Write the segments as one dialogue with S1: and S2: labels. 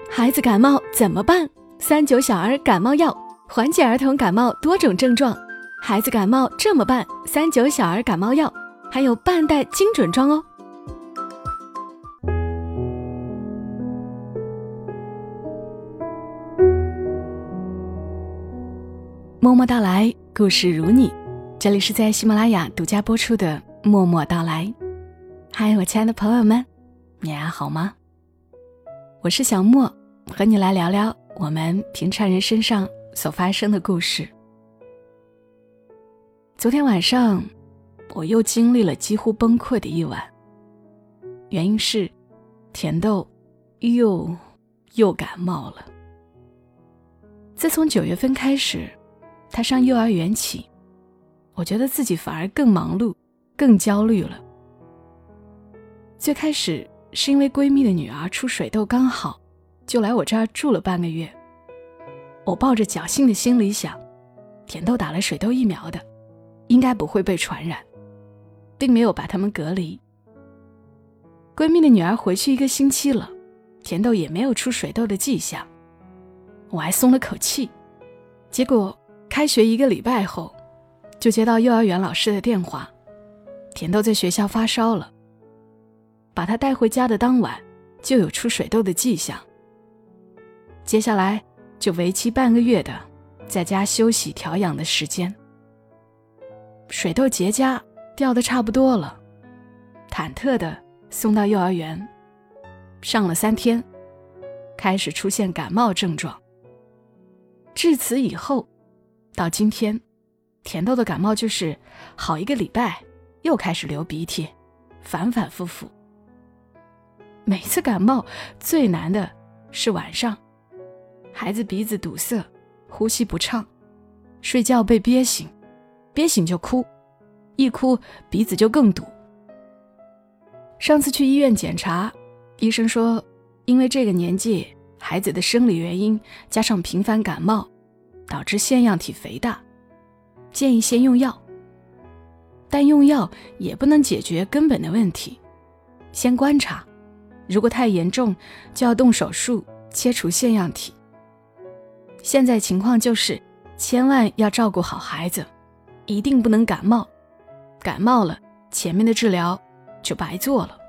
S1: 孩子感冒怎么办？39小儿感冒药缓解儿童感冒多种症状。孩子感冒这么办？39小儿感冒药还有半袋精准装哦。默默到来，故事如你。这里是在喜马拉雅独家播出的默默到来。嗨，我亲爱的朋友们，你还好吗？我是小莫，和你来聊聊我们平常人身上所发生的故事。昨天晚上我又经历了几乎崩溃的一晚，原因是甜豆又感冒了。自从9月份开始他上幼儿园起，我觉得自己反而更忙碌更焦虑了。最开始是因为闺蜜的女儿出水痘刚好，就来我这儿住了半个月。我抱着侥幸的心理想，甜豆打了水痘疫苗的，应该不会被传染，并没有把他们隔离。闺蜜的女儿回去1个星期了，甜豆也没有出水痘的迹象，我还松了口气。结果开学1个礼拜后，就接到幼儿园老师的电话，甜豆在学校发烧了，把她带回家的当晚就有出水痘的迹象。接下来就为期半个月的在家休息调养的时间。水痘结痂掉得差不多了，忐忑地送到幼儿园，上了3天，开始出现感冒症状。至此以后到今天，甜豆的感冒就是好1个礼拜又开始流鼻涕，反反复复。每次感冒最难的是晚上，孩子鼻子堵塞，呼吸不畅，睡觉被憋醒，憋醒就哭，一哭鼻子就更堵。上次去医院检查，医生说因为这个年纪孩子的生理原因加上频繁感冒，导致腺样体肥大，建议先用药。但用药也不能解决根本的问题，先观察，如果太严重就要动手术切除腺样体。现在情况就是千万要照顾好孩子，一定不能感冒，感冒了前面的治疗就白做了。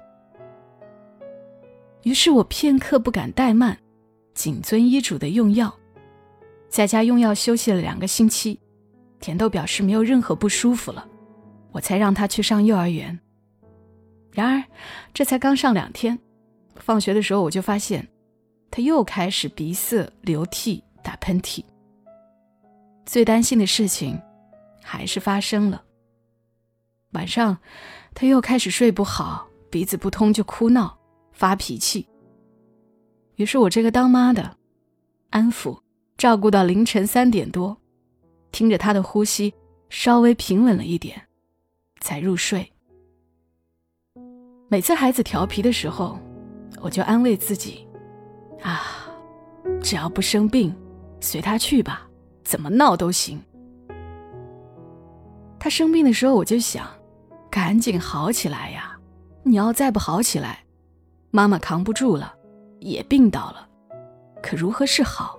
S1: 于是我片刻不敢怠慢，谨遵医嘱的用药，在家用药休息了2个星期，甜豆表示没有任何不舒服了，我才让他去上幼儿园。然而这才刚上2天，放学的时候我就发现他又开始鼻塞流涕打喷嚏。最担心的事情还是发生了，晚上他又开始睡不好，鼻子不通就哭闹发脾气。于是我这个当妈的安抚照顾到凌晨3点多，听着他的呼吸稍微平稳了一点才入睡。每次孩子调皮的时候，我就安慰自己只要不生病随他去吧，怎么闹都行。他生病的时候我就想，赶紧好起来呀，你要再不好起来，妈妈扛不住了，也病倒了，可如何是好？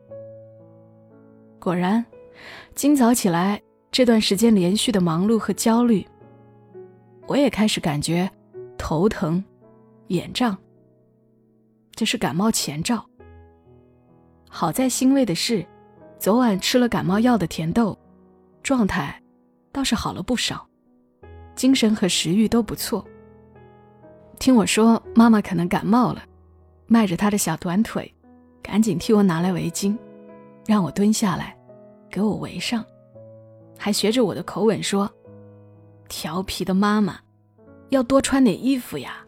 S1: 果然今早起来，这段时间连续的忙碌和焦虑，我也开始感觉头疼眼胀，这是感冒前兆。好在欣慰的是，昨晚吃了感冒药的甜豆状态倒是好了不少，精神和食欲都不错。听我说妈妈可能感冒了，迈着她的小短腿赶紧替我拿来围巾，让我蹲下来给我围上，还学着我的口吻说，调皮的妈妈要多穿点衣服呀。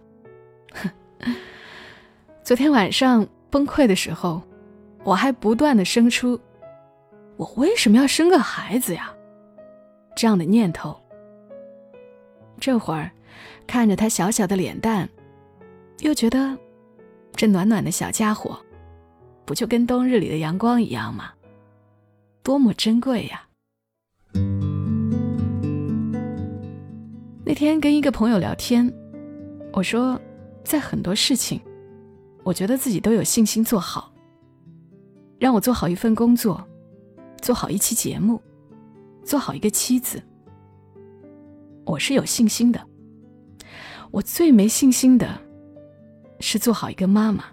S1: 昨天晚上崩溃的时候，我还不断地生出我为什么要生个孩子呀这样的念头。这会儿看着他小小的脸蛋，又觉得这暖暖的小家伙不就跟冬日里的阳光一样吗？多么珍贵呀。那天跟一个朋友聊天，我说在很多事情我觉得自己都有信心做好，让我做好一份工作，做好一期节目，做好一个妻子。我是有信心的。我最没信心的是做好一个妈妈。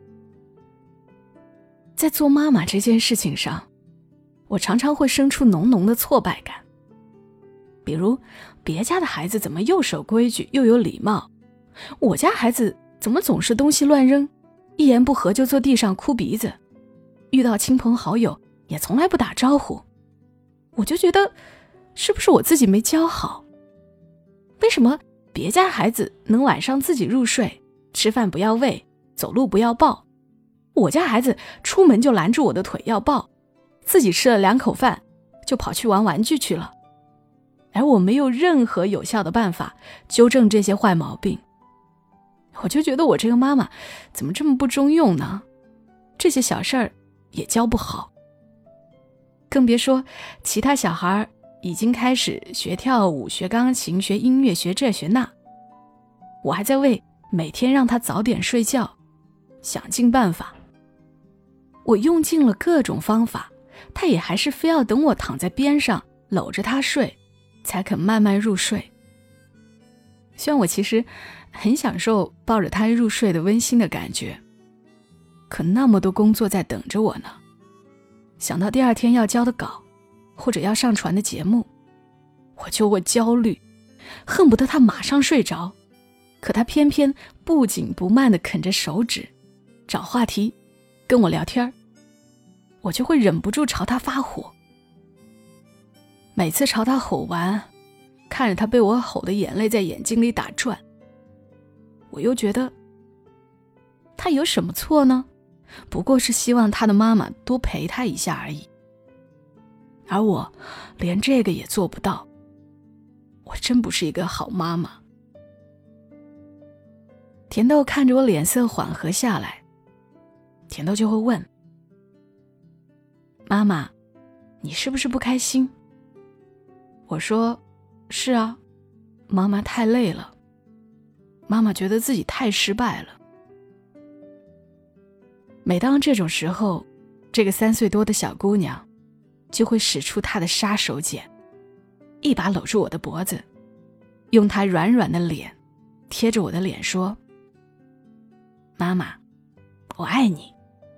S1: 在做妈妈这件事情上，我常常会生出浓浓的挫败感。比如别家的孩子怎么又守规矩又有礼貌，我家孩子怎么总是东西乱扔，一言不合就坐地上哭鼻子，遇到亲朋好友也从来不打招呼。我就觉得是不是我自己没教好？为什么别家孩子能晚上自己入睡，吃饭不要喂，走路不要抱，我家孩子出门就拦住我的腿要抱，自己吃了2口饭就跑去玩玩具去了，而我没有任何有效的办法纠正这些坏毛病。我就觉得我这个妈妈怎么这么不中用呢？这些小事儿也教不好，更别说其他小孩已经开始学跳舞、学钢琴、学音乐、学这学那，我还在为每天让他早点睡觉想尽办法。我用尽了各种方法，他也还是非要等我躺在边上搂着他睡才肯慢慢入睡。虽然我其实很享受抱着他入睡的温馨的感觉，可那么多工作在等着我呢。想到第二天要交的稿或者要上传的节目，我就会焦虑，恨不得他马上睡着，可他偏偏不紧不慢地啃着手指找话题跟我聊天，我就会忍不住朝他发火。每次朝他吼完，看着他被我吼的眼泪在眼睛里打转，我又觉得他有什么错呢？不过是希望他的妈妈多陪他一下而已，而我连这个也做不到，我真不是一个好妈妈。甜豆看着我脸色缓和下来，甜豆就会问：妈妈，你是不是不开心？我说：是啊，妈妈太累了，妈妈觉得自己太失败了。每当这种时候，这个3岁多的小姑娘就会使出她的杀手锏，一把搂住我的脖子，用她软软的脸贴着我的脸说：妈妈，我爱你。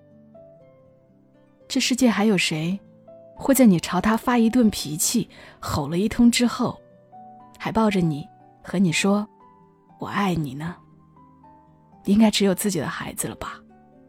S1: 这世界还有谁会在你朝他发一顿脾气，吼了一通之后，还抱着你和你说我爱你呢？应该只有自己的孩子了吧。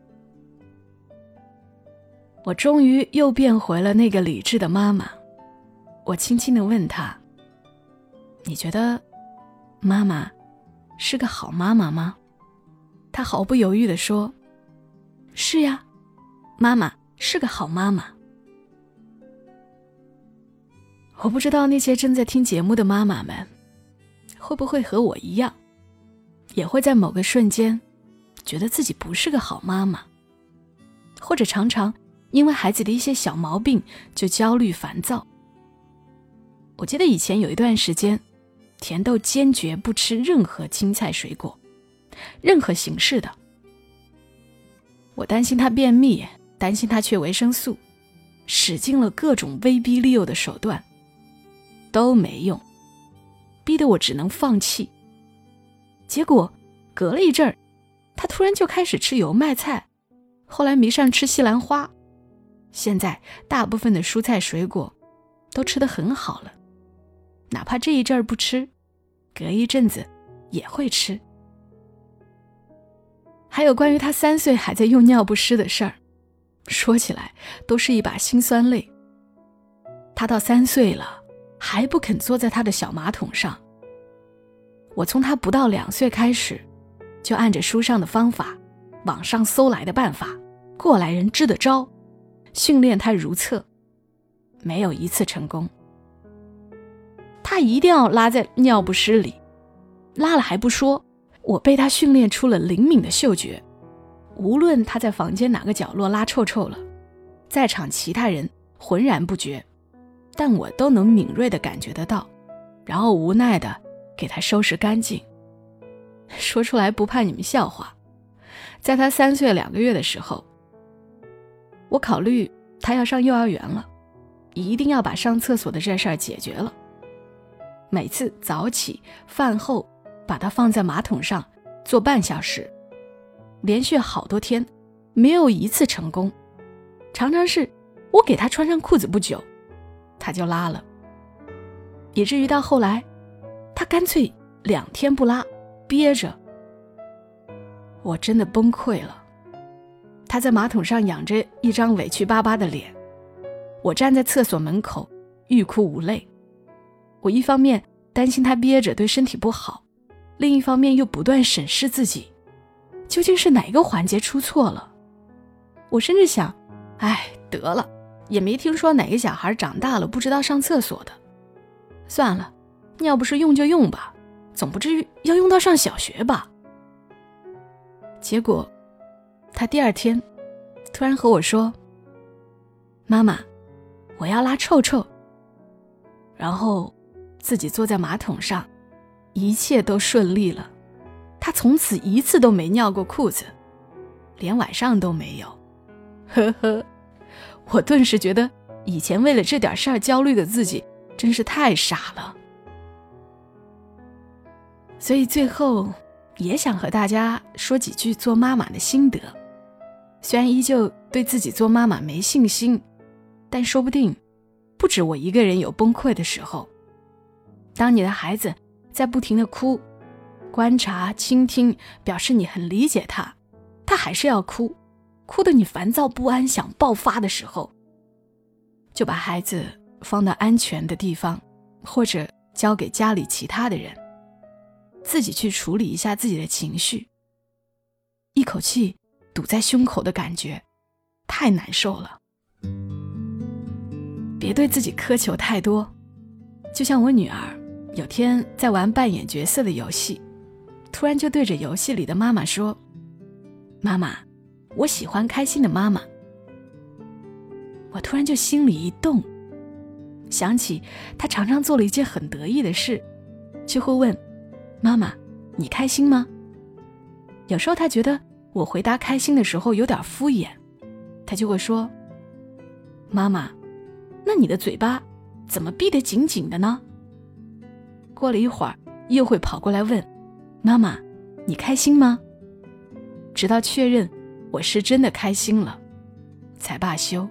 S1: 我终于又变回了那个理智的妈妈，我轻轻地问她：你觉得妈妈是个好妈妈吗？她毫不犹豫地说：是呀，妈妈是个好妈妈。我不知道那些正在听节目的妈妈们会不会和我一样，也会在某个瞬间觉得自己不是个好妈妈，或者常常因为孩子的一些小毛病就焦虑烦躁。我记得以前有一段时间，甜豆坚决不吃任何青菜水果，任何形式的。我担心他便秘，担心他缺维生素，使尽了各种威逼利诱的手段，都没用，逼得我只能放弃。结果隔了一阵儿，他突然就开始吃油麦菜，后来迷上吃西兰花，现在大部分的蔬菜水果都吃得很好了，哪怕这一阵儿不吃，隔一阵子也会吃。还有关于他3岁还在用尿不湿的事儿，说起来都是一把辛酸泪。他到3岁了，还不肯坐在他的小马桶上。我从他不到2岁开始，就按着书上的方法，网上搜来的办法，过来人支的招，训练他如厕，没有一次成功。他一定要拉在尿不湿里，拉了还不说，我被他训练出了灵敏的嗅觉，无论他在房间哪个角落拉臭臭了，在场其他人浑然不觉，但我都能敏锐地感觉得到，然后无奈地给他收拾干净。说出来不怕你们笑话， 在他3岁2个月的时候，我考虑他要上幼儿园了，一定要把上厕所的这事儿解决了。每次早起饭后把他放在马桶上坐半小时，连续好多天没有一次成功，常常是我给他穿上裤子不久他就拉了，以至于到后来他干脆2天不拉，憋着。我真的崩溃了。他在马桶上仰着一张委屈巴巴的脸，我站在厕所门口欲哭无泪。我一方面担心他憋着对身体不好，另一方面又不断审视自己，究竟是哪个环节出错了。我甚至想，得了，也没听说哪个小孩长大了不知道上厕所的，算了，要不是用就用吧，总不至于要用到上小学吧。结果他第2天突然和我说，妈妈，我要拉臭臭。然后自己坐在马桶上，一切都顺利了。他从此一次都没尿过裤子，连晚上都没有。呵呵，我顿时觉得以前为了这点事儿焦虑的自己真是太傻了。所以最后也想和大家说几句做妈妈的心得。虽然依旧对自己做妈妈没信心，但说不定不止我一个人有崩溃的时候。当你的孩子在不停地哭，观察倾听，表示你很理解他，他还是要哭，哭得你烦躁不安想爆发的时候，就把孩子放到安全的地方，或者交给家里其他的人，自己去处理一下自己的情绪。一口气堵在胸口的感觉太难受了。别对自己苛求太多。就像我女儿有天在玩扮演角色的游戏，突然就对着游戏里的妈妈说，妈妈，我喜欢开心的妈妈。我突然就心里一动，想起她常常做了一件很得意的事，就会问，妈妈，你开心吗？有时候她觉得我回答开心的时候有点敷衍，她就会说，妈妈，那你的嘴巴怎么闭得紧紧的呢？过了一会儿又会跑过来问，妈妈，你开心吗？直到确认我是真的开心了才罢休。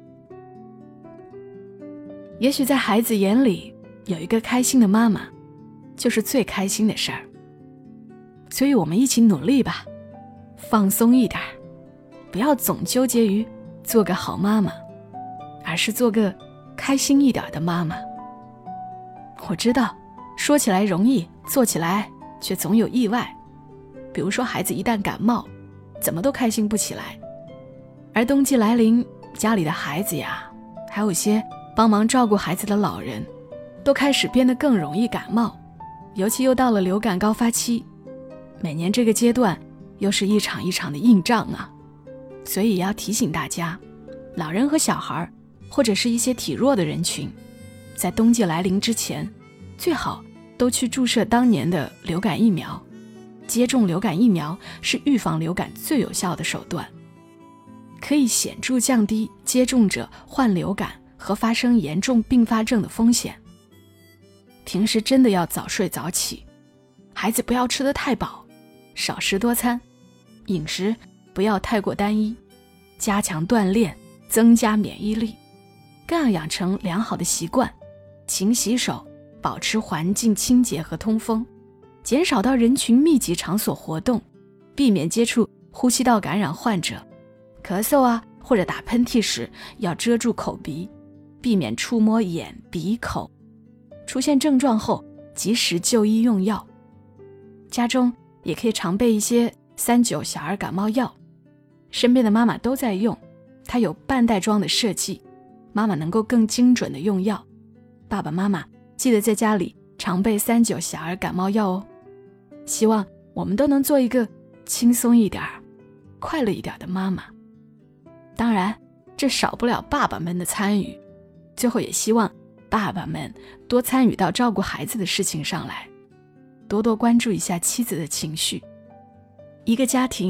S1: 也许在孩子眼里，有一个开心的妈妈就是最开心的事儿。所以我们一起努力吧，放松一点，不要总纠结于做个好妈妈，而是做个开心一点的妈妈。我知道说起来容易，做起来却总有意外。比如说孩子一旦感冒，怎么都开心不起来。而冬季来临，家里的孩子呀，还有些帮忙照顾孩子的老人，都开始变得更容易感冒。尤其又到了流感高发期，每年这个阶段又是一场一场的硬仗啊。所以要提醒大家，老人和小孩或者是一些体弱的人群，在冬季来临之前，最好都去注射当年的流感疫苗。接种流感疫苗是预防流感最有效的手段，可以显著降低接种者患流感和发生严重并发症的风险。平时真的要早睡早起，孩子不要吃得太饱，少食多餐，饮食不要太过单一，加强锻炼，增加免疫力，更要养成良好的习惯，勤洗手，保持环境清洁和通风，减少到人群密集场所活动，避免接触呼吸道感染患者。咳嗽啊或者打喷嚏时要遮住口鼻，避免触摸眼、鼻、口。出现症状后及时就医用药。家中也可以常备一些39小儿感冒药，身边的妈妈都在用，它有半袋装的设计，妈妈能够更精准的用药。爸爸妈妈记得在家里常备39小儿感冒药哦。希望我们都能做一个轻松一点、快乐一点的妈妈。当然，这少不了爸爸们的参与。最后也希望爸爸们多参与到照顾孩子的事情上来，多多关注一下妻子的情绪。一个家庭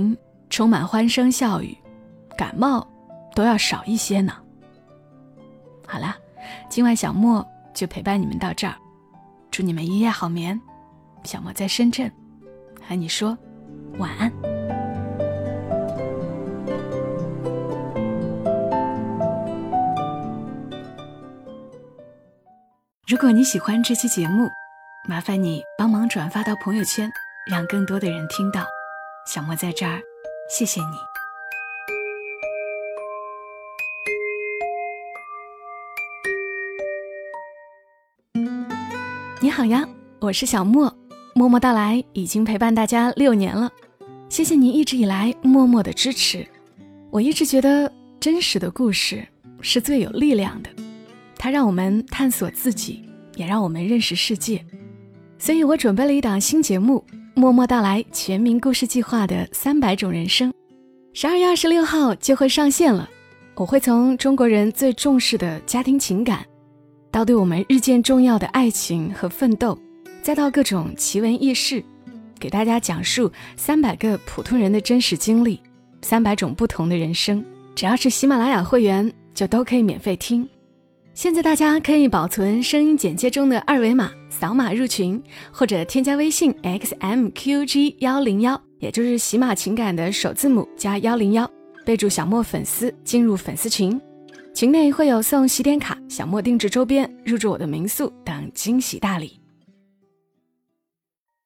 S1: 充满欢声笑语，感冒都要少一些呢。好啦，今晚小莫就陪伴你们到这儿，祝你们一夜好眠。小莫在深圳和你说晚安。如果你喜欢这期节目，麻烦你帮忙转发到朋友圈，让更多的人听到。小莫在这儿，谢谢你。你好呀，我是小莫，默默到来已经陪伴大家6年了，谢谢你一直以来默默的支持。我一直觉得真实的故事是最有力量的，它让我们探索自己，也让我们认识世界。所以我准备了一档新节目，默默到来全民故事计划的300种人生，12月26号就会上线了。我会从中国人最重视的家庭情感，到对我们日渐重要的爱情和奋斗，再到各种奇闻异事，给大家讲述300个普通人的真实经历，300种不同的人生。只要是喜马拉雅会员就都可以免费听。现在大家可以保存声音简介中的2维码，扫码入群，或者添加微信 xmqg101， 也就是喜马情感的首字母加101，备注小莫粉丝，进入粉丝群。群内会有送洗点卡、小莫定制周边、入住我的民宿等惊喜大礼。